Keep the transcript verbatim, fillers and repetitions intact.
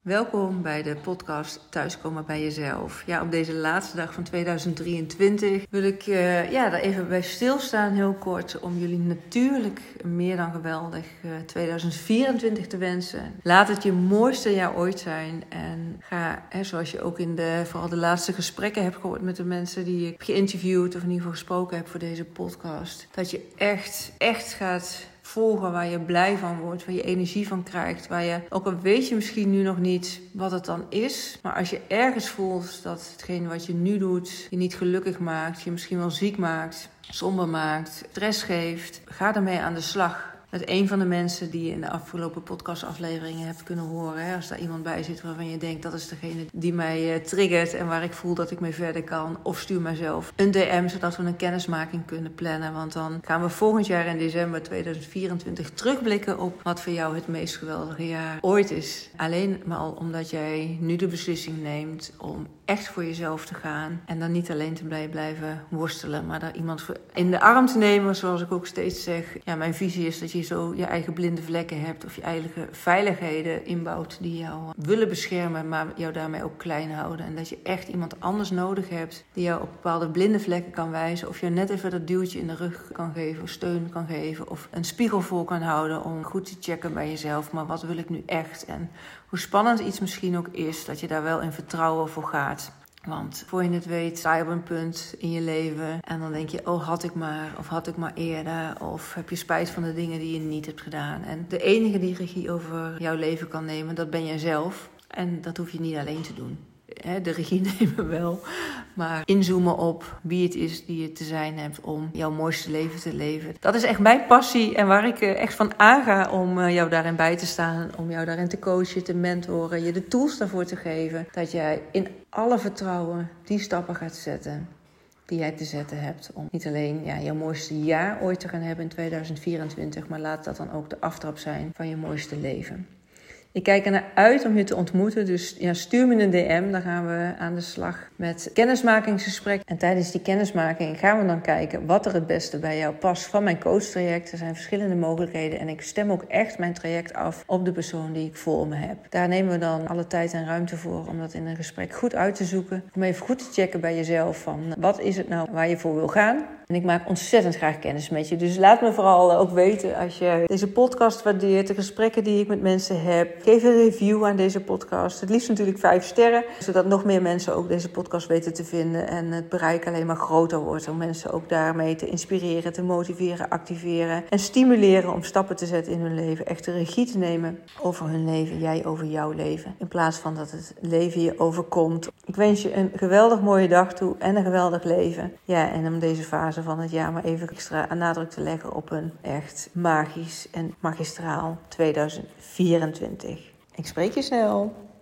Welkom bij de podcast Thuiskomen bij jezelf. Ja, op deze laatste dag van tweeduizend drieëntwintig wil ik uh, ja, daar even bij stilstaan heel kort om jullie natuurlijk meer dan geweldig uh, tweeduizend vierentwintig te wensen. Laat het je mooiste jaar ooit zijn en ga, hè, zoals je ook in de, vooral de laatste gesprekken hebt gehoord met de mensen die ik geïnterviewd of in ieder geval gesproken heb voor deze podcast, dat je echt, echt gaat volgen waar je blij van wordt, waar je energie van krijgt, waar je, ook al weet je misschien nu nog niet wat het dan is, maar als je ergens voelt dat hetgeen wat je nu doet je niet gelukkig maakt, je misschien wel ziek maakt, somber maakt, stress geeft, ga ermee aan de slag. Met een van de mensen die je in de afgelopen podcastafleveringen hebt kunnen horen. Hè? Als daar iemand bij zit waarvan je denkt dat is degene die mij uh, triggert en waar ik voel dat ik mee verder kan. Of stuur mijzelf een D M zodat we een kennismaking kunnen plannen. Want dan gaan we volgend jaar in december tweeduizend vierentwintig terugblikken op wat voor jou het meest geweldige jaar ooit is. Alleen maar al omdat jij nu de beslissing neemt om echt voor jezelf te gaan. En dan niet alleen te blijven worstelen, maar daar iemand voor in de arm te nemen. Zoals ik ook steeds zeg. Ja, mijn visie is dat je zo je eigen blinde vlekken hebt of je eigen veiligheden inbouwt die jou willen beschermen, maar jou daarmee ook klein houden. En dat je echt iemand anders nodig hebt die jou op bepaalde blinde vlekken kan wijzen of je net even dat duwtje in de rug kan geven of steun kan geven of een spiegel voor kan houden om goed te checken bij jezelf. Maar wat wil ik nu echt? En hoe spannend iets misschien ook is, dat je daar wel in vertrouwen voor gaat. Want voor je het weet sta je op een punt in je leven en dan denk je, oh had ik maar, of had ik maar eerder, of heb je spijt van de dingen die je niet hebt gedaan. En de enige die regie over jouw leven kan nemen, dat ben jij zelf. En dat hoef je niet alleen te doen. De regie nemen wel, maar inzoomen op wie het is die je te zijn hebt om jouw mooiste leven te leven. Dat is echt mijn passie en waar ik echt van aanga om jou daarin bij te staan, om jou daarin te coachen, te mentoren, je de tools daarvoor te geven, dat jij in alle vertrouwen die stappen gaat zetten die jij te zetten hebt om niet alleen ja, jouw mooiste jaar ooit te gaan hebben in tweeduizend vierentwintig, maar laat dat dan ook de aftrap zijn van je mooiste leven. Ik kijk er naar uit om je te ontmoeten, dus ja, stuur me een D M. Dan gaan we aan de slag met kennismakingsgesprek. En tijdens die kennismaking gaan we dan kijken wat er het beste bij jou past van mijn coachtraject. Er zijn verschillende mogelijkheden en ik stem ook echt mijn traject af op de persoon die ik voor me heb. Daar nemen we dan alle tijd en ruimte voor om dat in een gesprek goed uit te zoeken. Om even goed te checken bij jezelf van wat is het nou waar je voor wil gaan. En ik maak ontzettend graag kennis met je. Dus laat me vooral ook weten als je deze podcast waardeert, de gesprekken die ik met mensen heb. Geef een review aan deze podcast. Het liefst natuurlijk vijf sterren. Zodat nog meer mensen ook deze podcast weten te vinden. En het bereik alleen maar groter wordt. Om mensen ook daarmee te inspireren, te motiveren, activeren. En stimuleren om stappen te zetten in hun leven. Echt de regie te nemen over hun leven. Jij over jouw leven. In plaats van dat het leven je overkomt. Ik wens je een geweldig mooie dag toe. En een geweldig leven. Ja, en om deze fase van het jaar maar even extra nadruk te leggen op een echt magisch en magistraal tweeduizend vierentwintig. Ik spreek je snel.